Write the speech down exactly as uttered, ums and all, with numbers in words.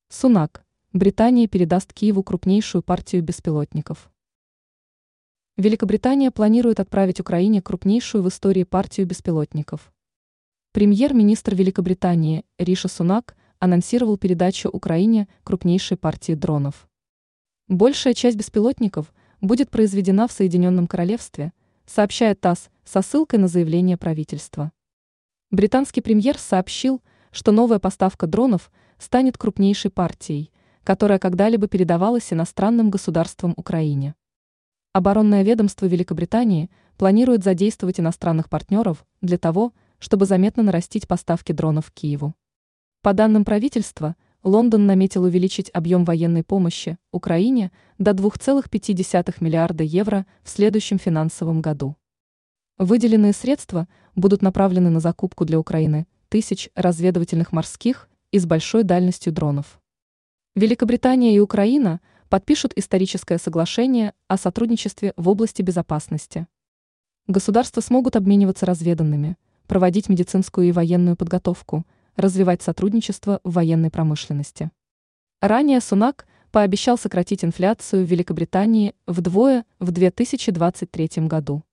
Сунак. Британия передаст Киеву крупнейшую партию беспилотников. Великобритания планирует отправить Украине крупнейшую в истории партию беспилотников. Премьер-министр Великобритании Риши Сунак анонсировал передачу Украине крупнейшей партии дронов. Большая часть беспилотников будет произведена в Соединенном Королевстве, сообщает ТАСС со ссылкой на заявление правительства. Британский премьер сообщил, что новая поставка дронов станет крупнейшей партией, которая когда-либо передавалась иностранным государствам Украине. Оборонное ведомство Великобритании планирует задействовать иностранных партнеров для того, чтобы заметно нарастить поставки дронов Киеву. По данным правительства, Лондон наметил увеличить объем военной помощи Украине до двух целых пяти десятых миллиарда евро в следующем финансовом году. Выделенные средства будут направлены на закупку для Украины тысяч разведывательных морских и с большой дальностью дронов. Великобритания и Украина подпишут историческое соглашение о сотрудничестве в области безопасности. Государства смогут обмениваться разведанными, проводить медицинскую и военную подготовку, развивать сотрудничество в военной промышленности. Ранее Сунак пообещал сократить инфляцию в Великобритании вдвое в две тысячи двадцать третьем году.